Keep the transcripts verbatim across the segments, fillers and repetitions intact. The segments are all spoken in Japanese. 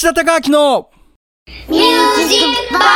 田貴明のミュージックバー。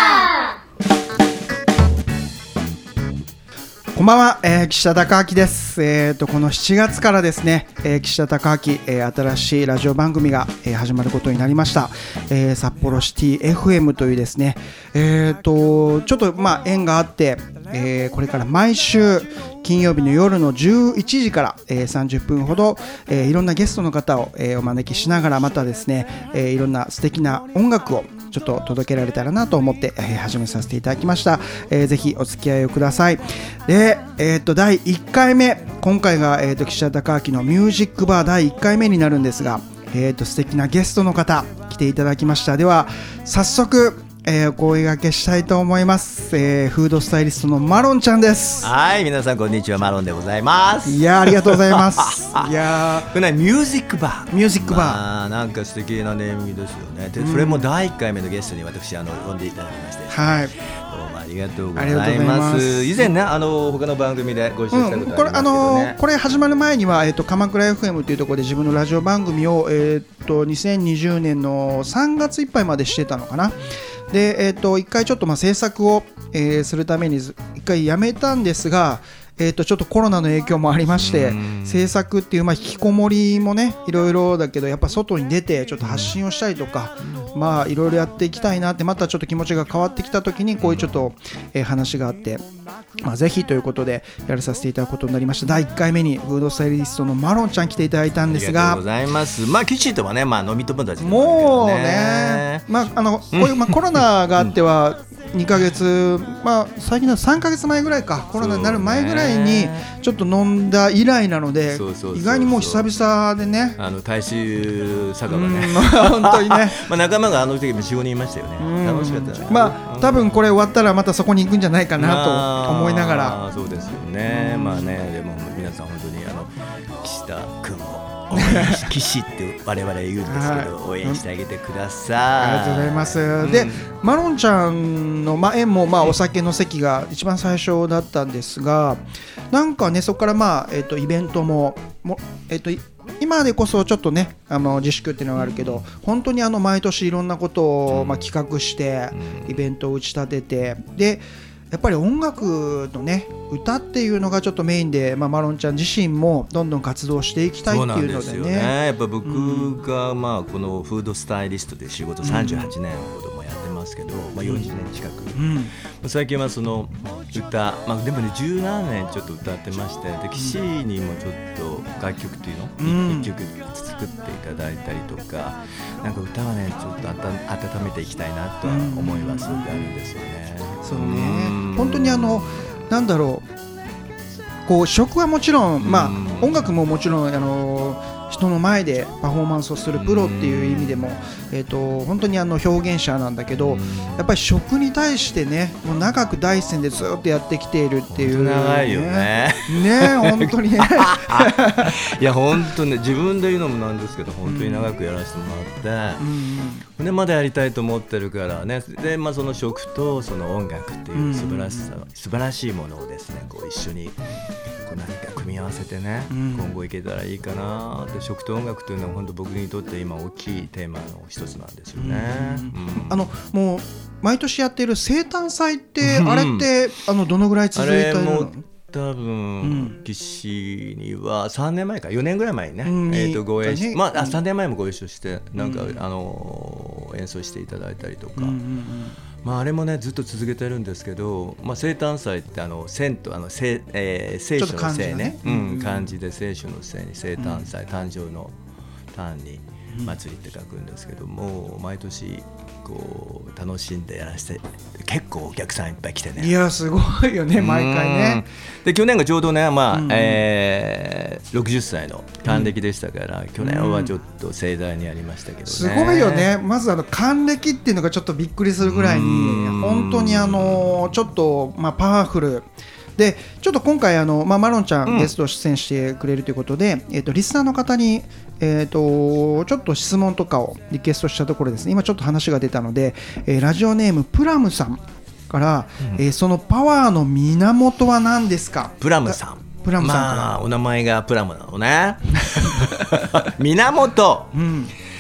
こんばんは、えー、岸田貴明です。えー、とこのしちがつからですね、えー、岸田貴明、えー、新しいラジオ番組が、えー、始まることになりました。えー、札幌シティ エフエム というですね、えー、とちょっとまあ縁があって、えー、これから毎週金曜日の夜のじゅういちじから、えー、さんじゅっぷんほど、えー、いろんなゲストの方を、えー、お招きしながら、またですね、えー、いろんな素敵な音楽をちょっと届けられたらなと思って、えー、始めさせていただきました。えー、ぜひお付き合いをください。で、えー、とだいいっかいめ、今回が、えー、と岸田貴明のミュージックバーだいいっかいめになるんですが、えー、と素敵なゲストの方来ていただきました。では早速えー、お声掛けしたいと思います。えー、フードスタイリストのマロンちゃんです。 はい、皆さんこんにちは、マロンでございます。 いや、ありがとうございますいやこれミュージックバーミュージックバー、 まあ、なんか素敵なネーミングですよね。で、それもだいいっかいめのゲストに私あの呼んでいただきまして、 はい、 どうもありがとうございます。以前ね、あの他の番組でご一緒したことありますけどね、うん、これあのこれ始まる前には、えー、と鎌倉 エフエム というところで自分のラジオ番組を、えー、とにせんにじゅうねんのさんがついっぱいまでしてたのかな。で、えー、といっかいちょっとまあ制作を、えー、するためにいっかいやめたんですが、えー、とちょっとコロナの影響もありまして、制作っていう、まあ、引きこもりもねいろいろだけど、やっぱ外に出てちょっと発信をしたりとか、まあいろいろやっていきたいなって、またちょっと気持ちが変わってきた時にこういうちょっと、えー、話があって、まあ、ぜひということでやらさせていただくことになりました。だいいっかいめにフードスタイリストのマロンちゃん来ていただいたんですが、 ありがとうございます。まあキッチンとはね、まあ飲み友達でもうね、まああのこういう、まあ、コロナがあってはにかげつ、まあ最近のさんかげつまえぐらいか、コロナになる前ぐらいにちょっと飲んだ以来なので、意外にもう久々でね、 あの大衆酒場ね、 本当にねまあ仲間があの時も よんごにんいましたよね。楽しかったね。 まあ多分これ終わったらまたそこに行くんじゃないかなと思いながら。 あ、そうですよね。まあね、でも皆さん本当にあの岸田君を応援し岸って我々言うんですけど、はい、応援してあげてください。 ありがとうございます。うん、でマロンちゃんの、まあ、縁も、まあ、お酒の席が一番最初だったんですが、なんかねそこから、まあえー、とイベントもも、えー、と今でこそちょっとねあの自粛っていうのがあるけど、本当にあの毎年いろんなことを、まあ、企画してイベントを打ち立てて、でやっぱり音楽のね歌っていうのがちょっとメインで、まあ、マロンちゃん自身もどんどん活動していきたいっていうのでね。そうなんですよね。 やっぱ僕が、まあ、このフードスタイリストで仕事さんじゅうはちねんほどもやってますけど、まあ、よんじゅうねん近く、うん、最近はその歌、まあ、でもね十何年ちょっと歌ってまして、で岸にもちょっと楽曲っていうの、うん、いっきょく作っていただいたりとか、なんか歌はねちょっと温めていきたいなとは思いはすごくあるんですよね。 そうね、本当にあのなんだろう、こう食はもちろん、まあ、音楽ももちろんあの人の前でパフォーマンスをするプロっていう意味でも、えー、と本当にあの表現者なんだけど、やっぱり食に対してねもう長く第一線でずっとやってきているっていう、ね、 長いよねね本当にねいや本当ね、自分で言うのもなんですけど本当に長くやらせてもらって、うん、でまだやりたいと思ってるからね。で、まあ、その食とその音楽っていう素晴らしさ、うん、素晴らしいものをですねこう一緒にこう何か組み合わせてね、うん、今後いけたらいいかなって。食と音楽というのは本当僕にとって今大きいテーマの一つなんですよね。うんうん、 あのもう毎年やっている生誕祭って、うん、あれってあのどのぐらい続いているの？ 多分岸にはさんねんまえかよねんぐらい前にね、うん、えー、とご演奏、まあ、さんねんまえもご一緒してなんか、うん、あの演奏していただいたりとか、うんうんうん、まあ、あれもねずっと続けてるんですけど、まあ、生誕祭ってあの聖とあの聖、えー、聖書の聖ね、うん、漢字で聖書の聖に生誕祭、うん、誕生の誕に祭りって書くんですけども、毎年こう楽しんでやらせて結構お客さんいっぱい来てね。 いやすごいよね毎回ね。 で去年がちょうどね、まあうんえー、ろくじゅっさいの還暦でしたから、うん、去年はちょっと盛大にやりましたけどね。 すごいよね。まずあの還暦っていうのがちょっとびっくりするぐらいに本当にあのちょっと、まあ、パワフルで、ちょっと今回あの、まあ、マロンちゃんゲスト出演してくれるということで、うんえー、とリスナーの方に、えー、とちょっと質問とかをリクエストしたところですね、今ちょっと話が出たので、えー、ラジオネームプラムさんから、うんえー、そのパワーの源は何ですか？ プラムさんプラムさんから、 まあ、お名前がプラムなのね源、うん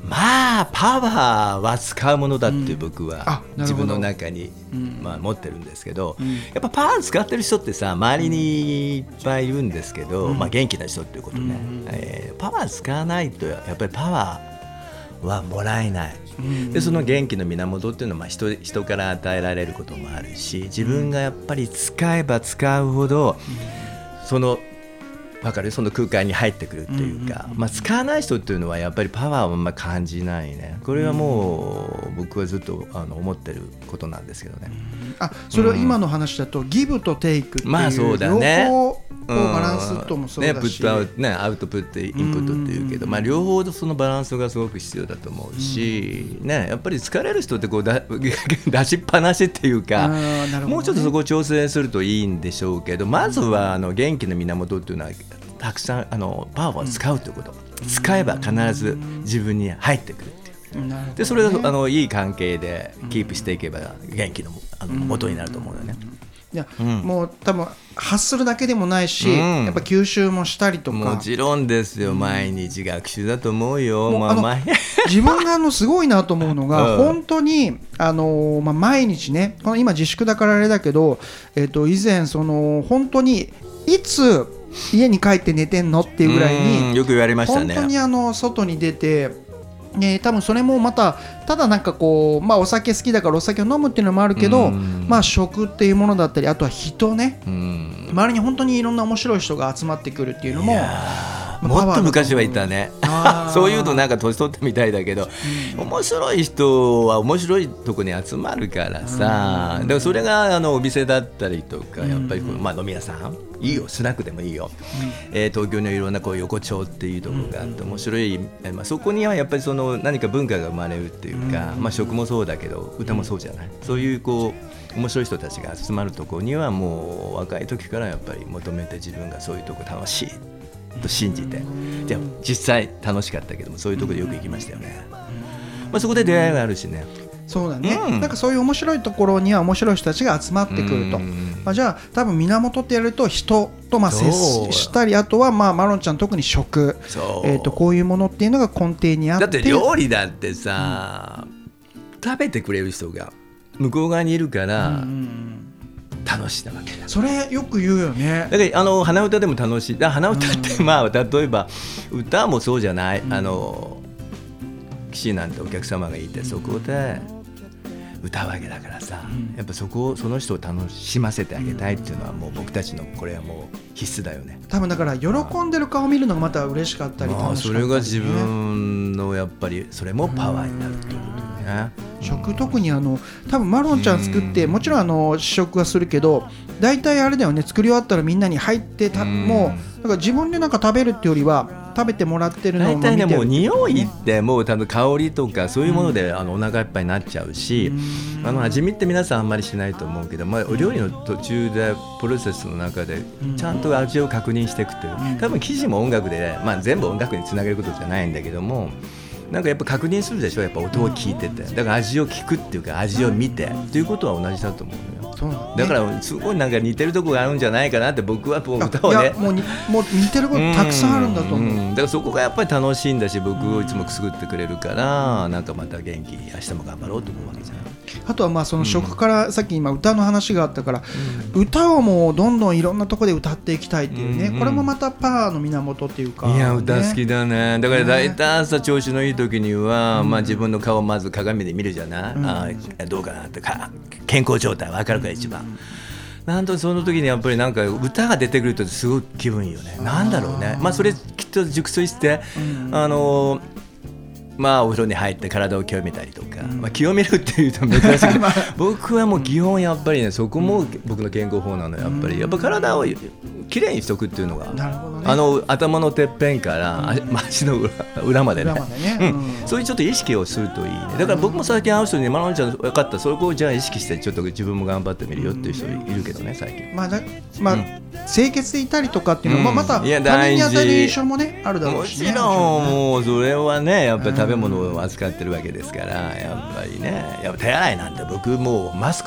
まあパワーは使うものだって僕はうん、 自分の中に、うんまあ、持ってるんですけど、うん、やっぱパワー使ってる人ってさ周りにいっぱいいるんですけど、うんまあ、元気な人っていうことね、うんえー、パワー使わないとやっぱりパワーはもらえない、うん、でその元気の源っていうのはまあ 人, 人から与えられることもあるし自分がやっぱり使えば使うほど、うん、その分かるその空間に入ってくるっていうか、うんうんまあ、使わない人っていうのはやっぱりパワーをあんま感じないね。これはもう僕はずっとあの思ってることなんですけどね、 うん、あそれは今の話だと、うん、ギブとテイクっていう、 まあそうだね、 両方バランスともそうだし、 ね、プットアウト、ね、アウトプットインプットっていうけど、まあ、両方そのバランスがすごく必要だと思うし、うんね、やっぱり疲れる人ってこうだ出しっぱなしっていうか、ね、もうちょっとそこを調整するといいんでしょうけどまずはあの元気の源っていうのはたくさんあのパワーを使うということ、うん、使えば必ず自分に入ってくるっていう、ね、でそれがあのいい関係でキープしていけば元気の、あの元になると思うよね。 いや、うん、もう多分発するだけでもないし、うん、やっぱ吸収もしたりとかもちろんですよ、毎日学習だと思うよ、まあ、毎自分があのすごいなと思うのが、うん、本当にあの、まあ、毎日ねこの今自粛だからあれだけど、えー、と以前その本当にいつ家に帰って寝てんのっていうぐらいによく言われましたね。 本当にあの外に出てね、多分それもまたただなんかこう、まあ、お酒好きだからお酒を飲むっていうのもあるけど、まあ、食っていうものだったりあとは人ね、周りに本当にいろんな面白い人が集まってくるっていうのももっと昔はいたねそういうとなんか年取ってみたいだけど、うん、面白い人は面白いとこに集まるからさ、うん、だからそれがあのお店だったりとか、うん、やっぱりこの、まあ、飲み屋さんいいよスナックでもいいよ、うんえー、東京のいろんなこう横丁っていうところがあって面白い、まあ、そこにはやっぱりその何か文化が生まれるっていうか、まあ、食もそうだけど歌もそうじゃない、そういうこう面白い人たちが集まるところにはもう若い時からやっぱり求めて自分がそういうとこ楽しいと信じて、じゃあ実際楽しかったけどもそういうところでよく行きましたよね、まあ、そこで出会いがあるしね。 そうだね、うん、なんかそういう面白いところには面白い人たちが集まってくると、まあ、じゃあ多分源ってやると人とまあ接したりあとはまあマロンちゃん特に食、えー、とこういうものっていうのが根底にあって、 だって料理だってさ、うん、食べてくれる人が向こう側にいるから、うんうん楽しいなわけだ。 それよく言うよね。 だからあの鼻歌でも楽しい。だ鼻歌ってまあ例えば歌もそうじゃない、うん、あの岸なんてお客様がいてそこで歌うわけだからさ、うん、やっぱそこをその人を楽しませてあげたいっていうのはもう僕たちのこれはもう必須だよね。 多分だから喜んでる顔を見るのがまた嬉しかったり楽しかったり、ね、 それが自分のやっぱりそれもパワーになるっていうことよね。 食特にあの多分マロンちゃん作ってもちろんあの試食はするけど大体あれだよね作り終わったらみんなに入ってたもうだから自分でなんか食べるってよりは食べてもらってるのを見てる、 大体ねもう匂いってもう多分香りとかそういうもので、うん、あのお腹いっぱいになっちゃうし、うん、あの味見って皆さんあんまりしないと思うけど、まあ、お料理の途中でプロセスの中でちゃんと味を確認していくという、うん、多分生地も音楽で、まあ、全部音楽につなげることじゃないんだけどもなんかやっぱ確認するでしょやっぱ音を聞いててだから味を聞くっていうか味を見てということは同じだと思うのよ。そうなんだ、ね、だからすごいなんか似てるところがあるんじゃないかなって僕はもう歌をねいやもうにもう似てることたくさんあるんだと思う、うん、 だからそこがやっぱり楽しいんだし僕をいつもくすぐってくれるからなんかまた元気明日も頑張ろうと思うわけじゃない。 あとはまあその食からさっき今歌の話があったから、うん、歌をもうどんどんいろんなところで歌っていきたいっていうね、うんうん、これもまたパワーの源っていうか、 ね、いや歌好きだね。だから大体朝調子のいい時には、うんまあ、自分の顔をまず鏡で見るじゃない、うん、あどうかなってか健康状態分かるから一番、うん、なんとその時にやっぱりなんか歌が出てくるとすごい気分いいよね。なんだろうね、まあ、それきっと熟睡して、うん、あのまあお風呂に入って体を清めたりとか、うんまあ、清めるっていうと珍しいけど僕はもう基本やっぱりねそこも僕の健康法なのやっぱりやっぱ体をきれいにしとくっていうのが、なるほどね、あの頭のてっぺんから、うん、足の 裏, 裏まで ね, 裏までね、うんうん、そういうちょっと意識をするといいね。だから僕も最近会う人にマロンちゃん分かったそこをじゃあ意識してちょっと自分も頑張ってみるよっていう人いるけどね最近、 まあだまあうん、清潔でいたりとかっていうのは、うん、また他人に与える印象もねあるだろうし、ね、 もちろんもうそれはねやっぱり食べ物を扱ってるわけですからやっぱりねやっぱ手洗いなんて僕もうマスクなんて僕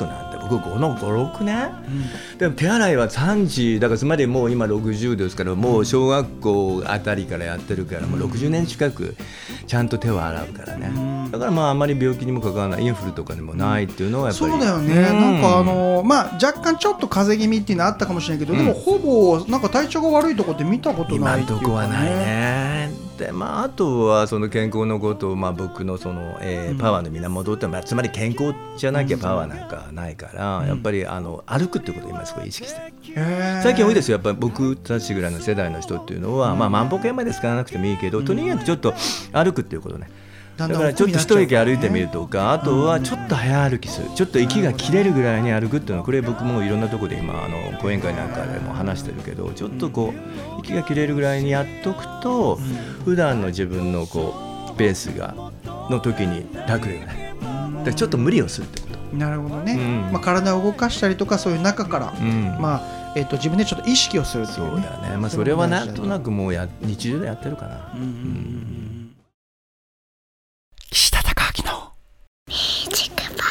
僕ごのご、ろくねん、うん、でも手洗いはさんじだからつまりもう今ろくじゅうですからもう小学校あたりからやってるからもうろくじゅうねん近くちゃんと手を洗うからね、うん、だからまああまり病気にもかからないインフルとかにもないっていうのはやっぱりそうだよね、うん、なんかあのまあ若干ちょっと風邪気味っていうのはあったかもしれないけど、うん、でもほぼなんか体調が悪いとこって見たことないっていうか、ね、 今のとこはないね。でまあ、あとはその健康のこと、まあ、僕のその、えー、パワーの源って、まあ、つまり健康じゃなきゃパワーなんかないから、うん、やっぱりあの歩くっていうことを今すごい意識してる。最近多いですよやっぱり僕たちぐらいの世代の人っていうのは、うんまあ、万歩計まで使わなくてもいいけど、うん、とにかくちょっと歩くっていうことね。だからちょっと一駅歩いてみるとか、あとはちょっと早歩きする、ちょっと息が切れるぐらいに歩くっていうのはこれ僕もいろんなところで今あの講演会なんかでも話してるけど、ちょっとこう息が切れるぐらいにやっとくと普段の自分のこうペースがの時に楽だよね。だからちょっと無理をするってこと。 なるほどね、うんまあ、体を動かしたりとかそういう中から、うんまあえー、と自分でちょっと意識をするっていうね。 そうだよね、まあ、それはなんとなくもうや日常でやってるかな。うんうんうん岸田貴明のミュージックバ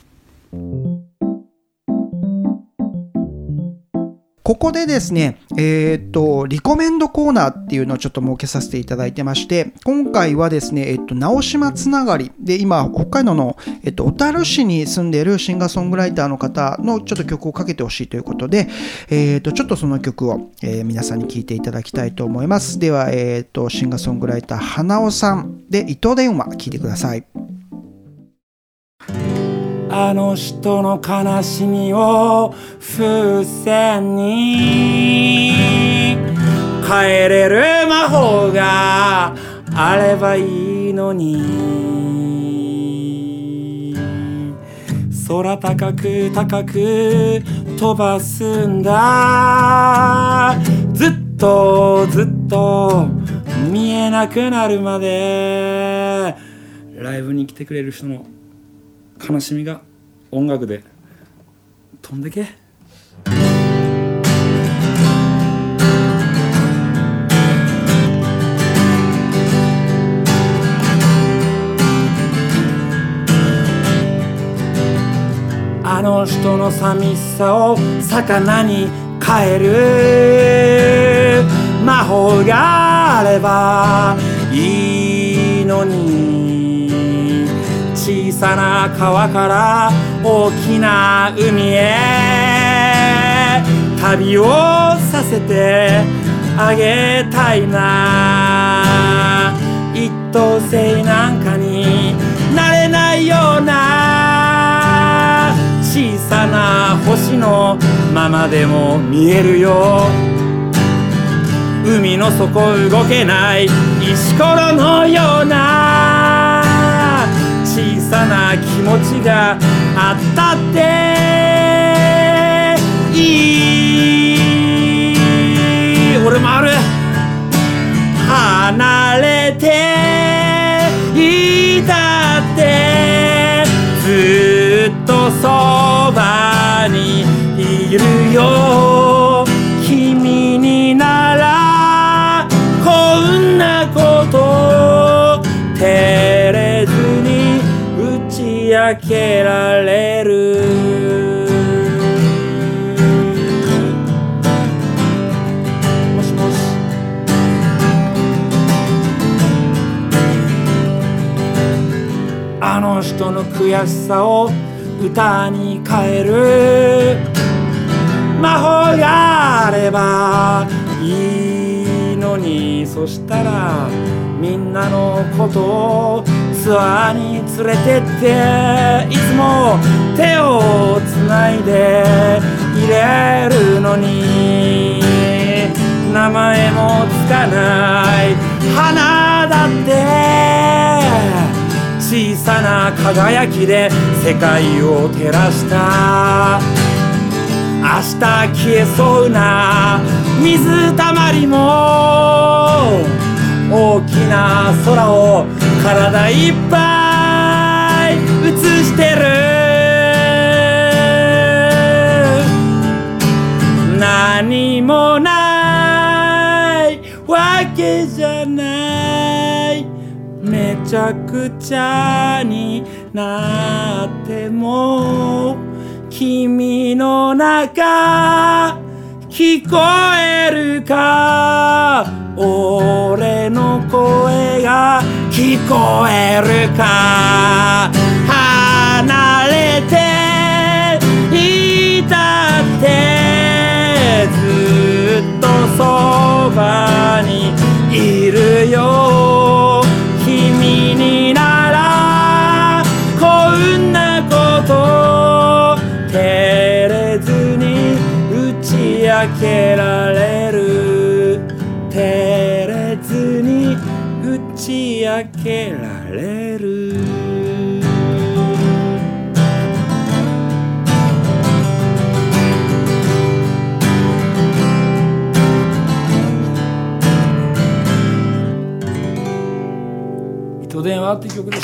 ー。ここでですね、えー、っとリコメンドコーナーっていうのをちょっと設けさせていただいてまして、今回はですね、えっと直島つながりで今北海道の、えっと、小樽市に住んでいるシンガーソングライターの方のちょっと曲をかけてほしいということで、えー、っとちょっとその曲を、えー、皆さんに聴いていただきたいと思います。では、えー、っとシンガーソングライター花尾さんで糸電話聴いてください。 あの人の悲しみを風船に変えれる魔法があればいいのに、空高く高く飛ばすんだ、ずっとずっと見えなくなるまで。ライブに来てくれる人の悲しみが音楽で飛んでけ。あの人の寂しさを魚に変える魔法があればいいのに、小さな川から大きな海へ旅をさせてあげたいな。一等星なんかになれないような小さな星のままでも見えるよ。海の底動けない石ころのような小さな気持ちがあったっていい。俺もある。離れていたってずっとそばにいるよ。君にならこんなこと照れずに打ち明けられる。もしもし。あの人の悔しさを歌に変える魔法があればいいのに。そしたらみんなのことをツアーに連れてっていつも手をつないでいれるのに、名前もつかない花だって小さな輝きで世界を照らした。明日消えそうな水たまりも大きな空を体いっぱい映してる。何もないわけじゃない。めちゃくちゃになっても君の中聞こえるか俺の声が聞こえるか離れていたってずっとそばにいるよ君にならこんなこと照れずに打ち明けられる照れずに打ち明けられる糸電話っていう曲でした。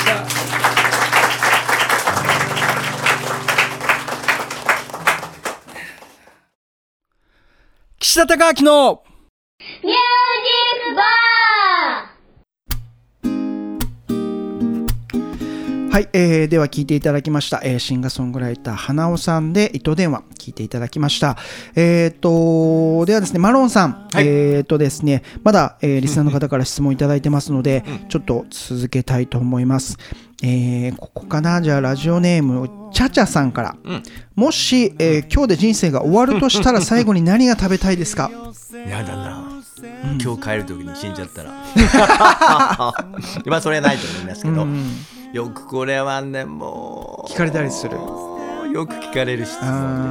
岸田貴明のミュージックバー。 はい、えー、では聴いていただきました、えー、シンガーソングライター花尾さんで糸電話聴いていただきました。えーとではですねマロンさん、はい、えーとですねまだ、えー、リスナーの方から質問いただいてますので、うん、ちょっと続けたいと思います。えー、ここかな。じゃあラジオネームチャチャさんから、うん、もし、えー、今日で人生が終わるとしたら最後に何が食べたいですか？ やだな、うん、今日帰る時に死んじゃったら今それはないと思いますけど、うん、よくこれはねもう聞かれたりする。 よく聞かれる質問です。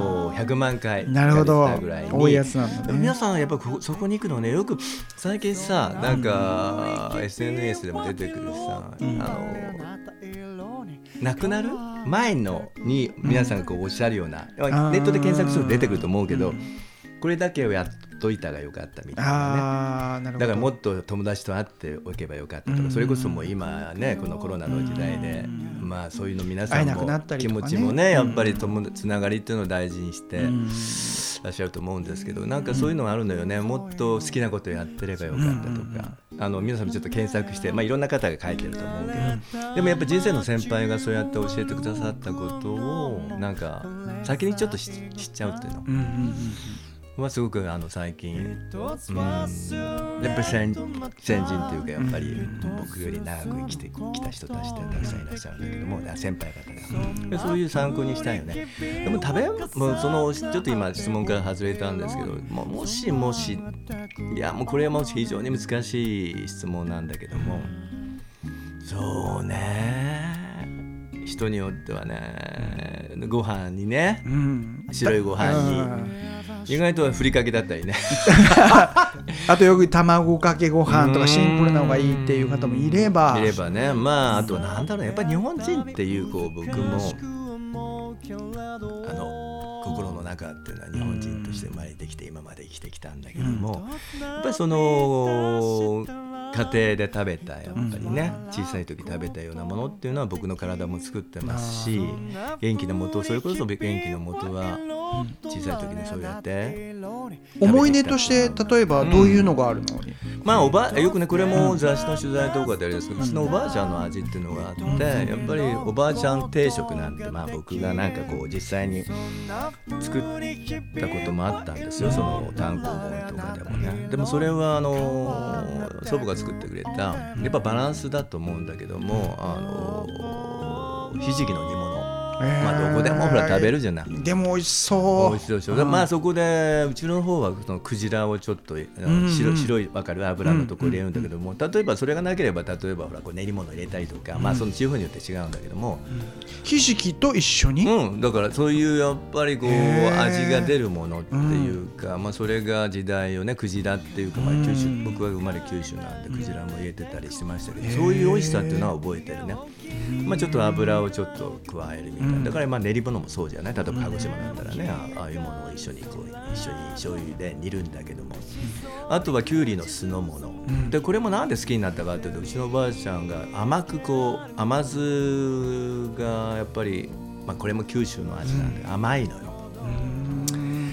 もうひゃくまんかい聞かれたぐらいに。 多いやつなんだね。 皆さんやっぱそこに行くのね、よく最近さなんか エスエヌエス でも出てくるさ、うん、あの亡くなる前のに皆さんがこうおっしゃるような、うん、ネットで検索すると出てくると思うけど、うん、これだけをやっといたがよかったみたいなね。だからもっと友達と会っておけばよかったとか、うん、それこそもう今ねこのコロナの時代で、うん、まあそういうの皆さんも気持ちもねやっぱりつながりっていうのを大事にしてらっしゃると思うんですけど、なんかそういうのがあるのよね。もっと好きなことをやってればよかったとか、あの皆さんもちょっと検索して、まあ、いろんな方が書いてると思うけど、でもやっぱ人生の先輩がそうやって教えてくださったことをなんか先にちょっと 知, 知っちゃうっていうの、うんうんうんはすごくあの最近、うん、やっぱり 先, 先人っていうかやっぱり僕より長く生きてきた人たちってたくさんいらっしゃるんだけども、先輩方がそういう参考にしたいよね。でも食べもうそのちょっと今質問から外れたんですけど、も, もしもしいやもうこれはもう非常に難しい質問なんだけども、そうね人によってはねご飯にね、うん、白いご飯に意外とふりかけだったりねあとよく卵かけご飯とかシンプルな方がいいっていう方もいればいればね、まああとはなんだろう、やっぱり日本人っていうこう僕もあの心の中っていうのは日本人として生まれてきて今まで生きてきたんだけども、やっぱりその家庭で食べたやっぱりね、小さい時食べたようなものっていうのは僕の体も作ってますし、元気の元、それこそ元気の元は小さい時にそうやって思い出として例えばどういうのがあるの、うん、 まあおばよくねこれも雑誌の取材とかであれですけど、うちのおばあちゃんの味っていうのがあって、やっぱりおばあちゃん定食なんて、まあ僕がなんかこう実際に作ったこともあったんですよ、その単行本とかでもね。でもそれはあの祖母が作ってくれたやっぱバランスだと思うんだけども、あのひじきの煮物、まあどこでもほら食べるじゃない。 でも美味しそう。 美味しいでしょ。まあそこでうちの方はそのクジラをちょっと白、白い分かる油のところ入れるんだけども、例えばそれがなければ例えばほらこう練り物入れたりとか、まあその地方によって違うんだけども、 ひじきと一緒に、 うん、だからそういうやっぱりこう味が出るものっていうか、まあそれが時代をね、クジラっていうか、まあ九州、僕は生まれ九州なんでクジラも入れてたりしてましたけど、そういう美味しさっていうのは覚えてるね。まあちょっと油をちょっと加えるみたいな。だからまあ練り物もそうじゃない。例えば鹿児島だったらね、ああいうものを一緒にこう一緒に醤油で煮るんだけども、あとはきゅうりの酢の物、うん、でこれもなんで好きになったかっていうと、うちのおばあちゃんが甘くこう甘酢がやっぱり、まあ、これも九州の味なんで甘いのよ、うん、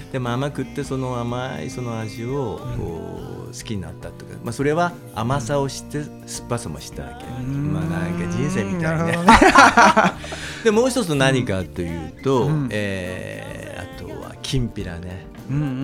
でも甘くってその甘いその味をこう好きになったとか、まあ、それは甘さを知って酸っぱさも知ったわけ、うん、まあなんか人生みたいねでもう一つ何かというと、 うん、 えー、あとはきんぴらね。 うんうんうんうん、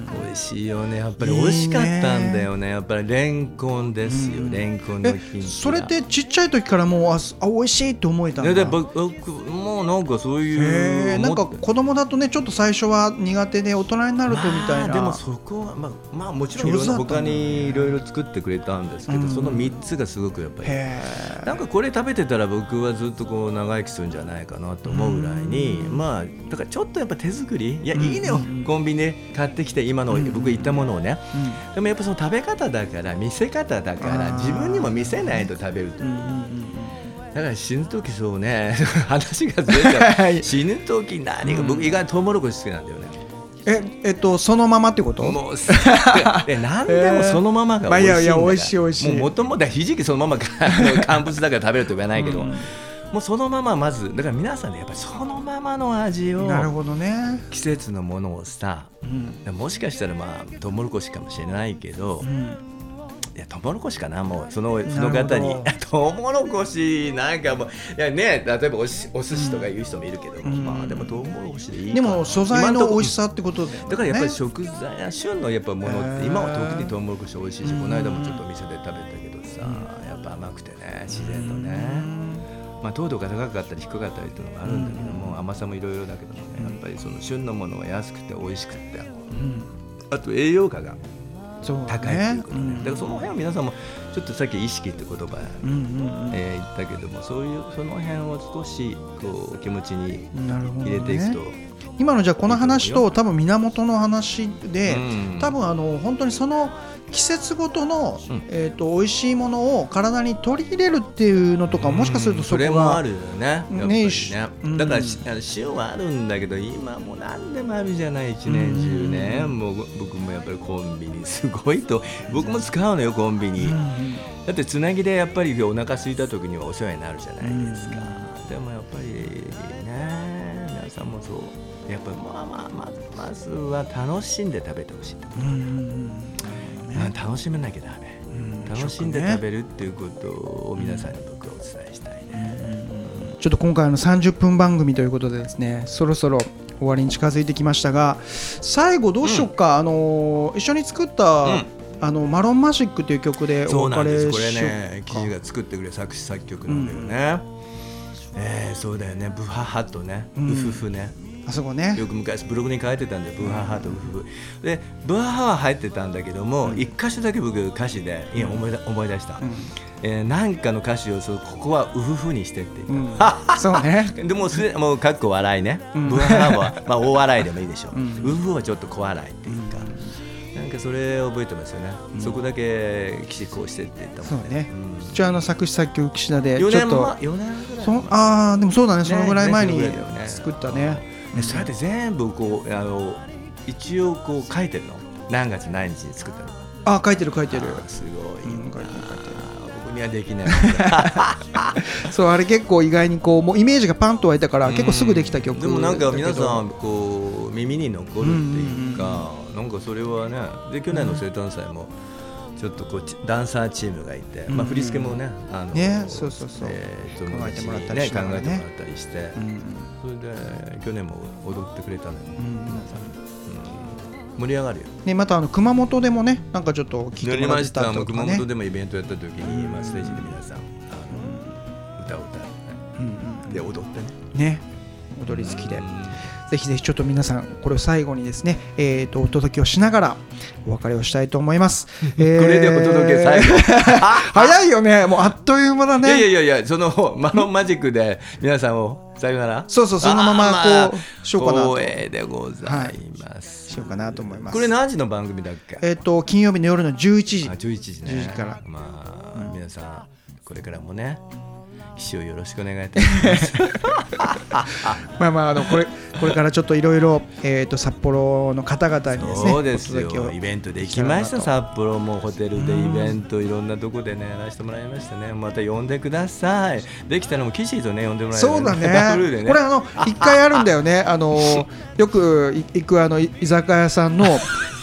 美味しいよね。やっぱり美味しかったんだよね。いいね、やっぱりレンコンですよ、うん、レンコンのきんぴら。 それってちっちゃい時からもう あ, あ美味しいって思えたんだ。 で僕もうなんかそういうなんか子供だとねちょっと最初は苦手で大人になるとみたいな、 まあ、でもそこは、まあ、まあもちろんいろんな他にいろいろ作ってくれたんですけど、うん、そのみっつがすごくやっぱりなんかこれ食べてたら僕はずっとこう長生きするんじゃないかなと思うぐらいに、うん、まあだからちょっとやっぱ手作りいや、うん、いいねよ、うん、コンビニで買ってきて今の僕言ったものをね、うん、でもやっぱその食べ方だから見せ方だから自分にも見せないと食べると、うんうんうん、だから死ぬ時そうね話がずれちゃう死ぬ時何が、うん、僕意外とトウモロコシ好きなんだよね。 ええっとそのままってこと？ もうで何でもそのままが美味しいんだから、えーまあ、いやいや美味しい美味しい。もともとひじきそのまま乾物だから食べると言わないけど、うん、もうそのまままずだから皆さんねやっぱりそのままの味をなるほどね。 季節のものをさ、うん、もしかしたらまあトウモロコシかもしれないけど、うん、いやトウモロコシかなもうそのその方にトウモロコシなんかもういやね例えばおしお寿司とか言う人もいるけど、うん、まあでもトウモロコシでいいかな。 でも素材の美味しさってことだよね。 だからやっぱり食材や旬のやっぱものって今は特にトウモロコシ美味しいし、この間もちょっとお店で食べたけどさ、うん、やっぱ甘くてね自然のね。まあ、糖度が高かったり低かったりというのがあるんだけども、うん、甘さもいろいろだけどもね、やっぱりその旬のものは安くて美味しくて、うん、あと栄養価が高いということで、ね、だからその辺は皆さんもちょっとさっき意識って言葉、うんうんうんえー、言ったけどもそういうその辺を少しこう気持ちに入れていくと、ね、 今のじゃあこの話と多分源の話で、うん、多分あの本当にその季節ごとの、うんえー、と美味しいものを体に取り入れるっていうのとか、もしかするとそこがそれもあるよね、やっぱりね、 うん、 だから塩はあるんだけど今もう何でもあるじゃない一年中ね、うん、もう僕もやっぱりコンビニすごいと僕も使うのよコンビニ、うん、だってつなぎでやっぱりお腹空いた時にはお世話になるじゃないですか、うん、でもやっぱりね皆さんもそうやっぱりまあまあまず、まずは楽しんで食べてほしいと、うん楽しめなきゃダメ、うん、楽しんで食べるっていうことを皆さんに僕はお伝えしたいね、 うん、ちょっと今回のさんじゅっぷん番組ということでですねそろそろ終わりに近づいてきましたが最後どうしようか、うん、あの一緒に作った、うん、あのマロンマジックという曲でお別れしようか。 そうなんです、これね記事が作ってくれ作詞作曲なんだよね、うんえー、そうだよねブハハとね、うん、ウフフねあそこね、 よく昔ブログに書いてたんでブーハーハーとウフフでブーハーハーは入ってたんだけども、うん、一箇所だけ僕歌詞でいや思い出、思い出した、うんえー、なんかの歌詞をそうここはウフフにしてって言った、 うん、そうねでもすでもうかっこ笑いね、うん、ブーハーハーは、まあ、大笑いでもいいでしょう、うん、ウフフはちょっと小笑いっていうか、うん、なんかそれを覚えてますよね、うん、そこだけ岸こうしてって言ったもんね。 そうね、うん、じゃあの作詞作曲岸田でちょっとよねんまよねんぐらいそあーでもそうだねそのぐらい前に作ったね。 それで全部こうあの一応こう書いてるの何月何日に作ったの。 あ書いてる書いてるすごい、うん、書いてる書いてる僕にはできないそうあれ結構意外にこうもうイメージがパンと湧いたから、うん、結構すぐできた曲でもなんか皆さんこう耳に残るっていうか、うんうん、なんかそれはねで去年の生誕祭もちょっとこうダンサーチームがいて、うんうんまあ、振り付けもねあのねそうそうそう、 えー、 考えてもらったりして、 ね、考えてもらったりして、うん、それで去年も踊ってくれたのよ、うん、皆さん、うん、盛り上がるよ、 ね、またあの熊本でもねなんかちょっと聞いてもらったとか、ね、 熊本でもイベントやった時に、うんまあ、ステージで皆さんあの、うん、歌を歌って、ねうんうん、で踊ってねね踊り好きで、うんぜひぜひちょっと皆さんこれを最後にですね、えー、とお届けをしながらお別れをしたいと思います、 えー、これでお届け最後早いよねもうあっという間だね。 いやいやいやそのマロンマジックで皆さんをさよならそうそうそのままこう、まあ、しようかなと光栄でございます、 はい、しようかなと思います。 これ何時の番組だっけ。 えっ、ー、と金曜日の夜のじゅういちじあじゅういちじねじゅういちじからまあ、うん、皆さんこれからもね岸をよろしくお願いいたしますまあまああのこれこれからちょっといろいろえっと札幌の方々にですねそうですよイベントできました札幌もホテルでイベントいろんなとこでねやらせてもらいましたね。また呼んでください。できたらもう岸とね呼んでもらえる、 そうだ ね, ねこれあの一回あるんだよねあのよく行くあの居酒屋さんの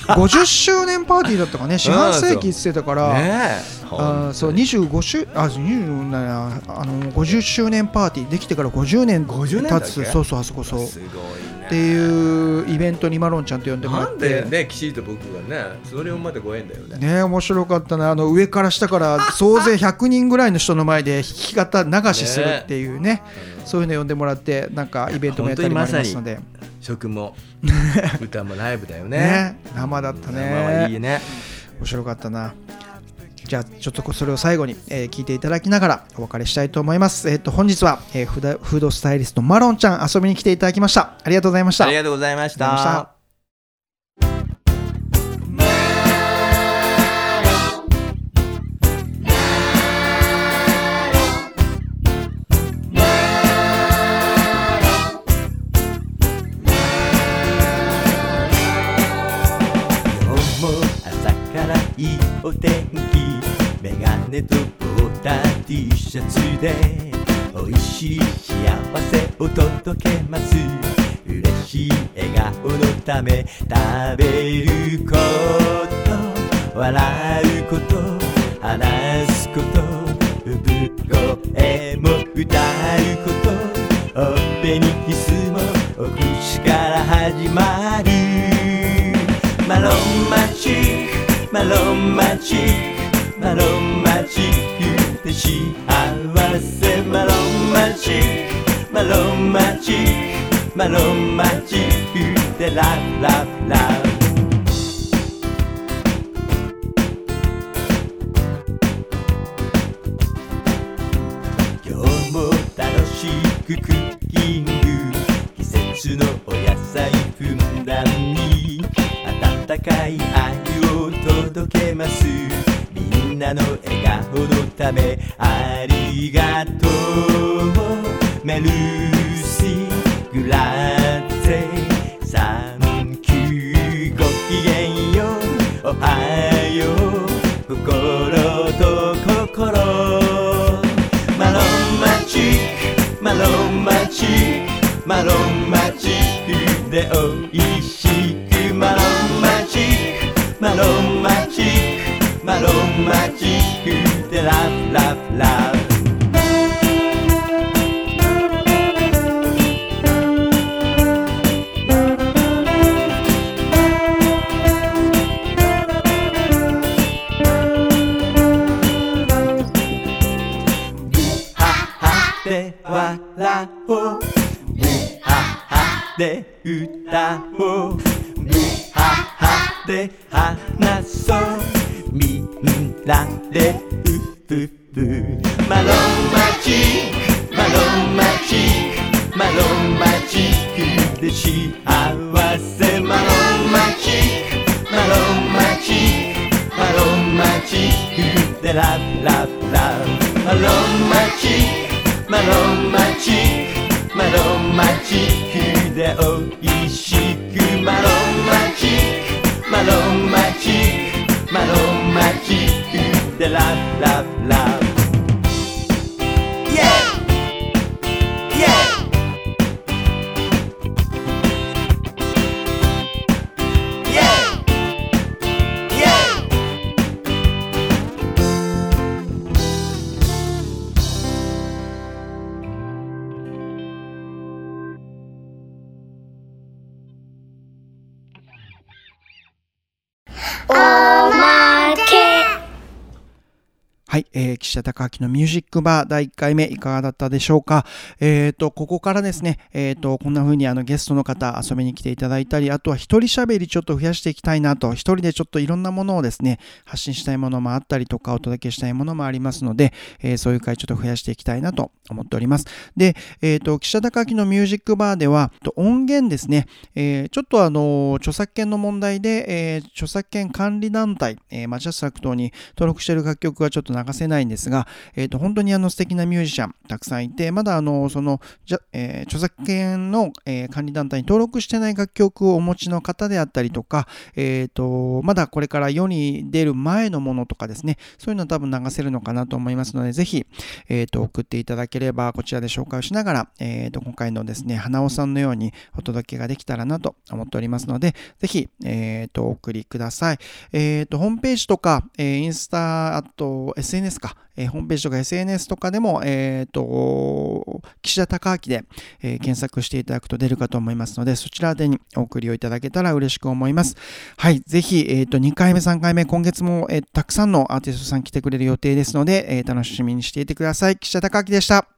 ごじゅっしゅうねんパーティーだったかね、四半世紀って言ってたから、 ね、 あそうにじゅうご周あにじゅうあのごじゅっしゅうねんパーティーできてからごじゅうねん経つ、そうそうあそこそうすごいねっていうイベントにマロンちゃんと呼んでもらって、 なんでねきちんと僕がねそれをまでご縁だよね。 ね面白かったな、あの上から下から総勢ひゃくにんぐらいの人の前で弾き語流しするっていうね、ねそういうの呼んでもらってなんかイベントもやったりもありますので、 食も歌もライブだよね。 ね生だったね。 生はいいね。 面白かったな。じゃあちょっとそれを最後に、えー、聞いていただきながらお別れしたいと思います。えー、と本日は、えー、フードスタイリストマロンちゃん遊びに来ていただきました。ありがとうございました。 ありがとうございました。 いいお天気、メガネとボタン T シャツで美味しい幸せを届けます。嬉しい笑顔のため食べること、笑うこと、話すこと、産声も歌うこと、ほっぺにキスもお口から始まる。マロンマチックマロンマチックマロンマチックで幸せ。マロンマチックマロンマチックマロンマチックでラブラブラブ。今日も楽しくクッキング、季節のお野菜ふんだんに温かい愛を届けます。みんなの笑顔のためありがとう。メルシーグラッツェサンキュー、ごきげんよう、おはよう、心と心。マロンマチックマロンマチックマロンマチックでおいしく。マロンマチックマロンマチックマロンマチックでラブラブラブ。で笑おう、ムハハで歌おう、ムハハで話そう、みんなでウフフ。マロンマチックマロンマチックマロンマチックで幸せ。マロンマチックマロンマチックマロンマチックでラブラブラブ。マロンマチックマロンマチックマロンマチックでおいしく。マロンマチックマロンマチックマロンマチックでラブラブラブ。イエーイイエーイイエーイイエーイ。 おまけ。 はい、えー、岸田隆明のミュージックバーだいいっかいめいかがだったでしょうか。えーと、ここからですね、えーと、こんな風にあのゲストの方遊びに来ていただいたり、あとは一人喋りちょっと増やしていきたいなと、一人でちょっといろんなものをですね、発信したいものもあったりとか、お届けしたいものもありますので、えー、そういう回ちょっと増やしていきたいなと思っております。で、えーと、岸田隆明のミュージックバーでは、音源ですね、えー、ちょっとあの、著作権の問題で、えー、著作権管理団体、えー、マチャスラク等に登録している楽曲がちょっと流流せないんですが、えー、と本当にあの素敵なミュージシャンたくさんいて、まだあのそのじゃ、えー、著作権の、えー、管理団体に登録してない楽曲をお持ちの方であったりとか、えー、とまだこれから世に出る前のものとかですね、そういうのは多分流せるのかなと思いますので、ぜひ、えー、と送っていただければこちらで紹介をしながら、えー、と今回のですね花尾さんのようにお届けができたらなと思っておりますので、ぜひ、えー、とお送りください。えー、とホームページとか、えー、インスタ、あと エスエヌエス か、えー、ホームページとか エスエヌエス とかでも、えー、と岸田孝明で、えー、検索していただくと出るかと思いますので、そちらでにお送りをいただけたら嬉しく思います。はい、ぜひ、えー、とにかいめさんかいめ今月も、えー、たくさんのアーティストさん来てくれる予定ですので、えー、楽しみにしていてください。岸田孝明でした。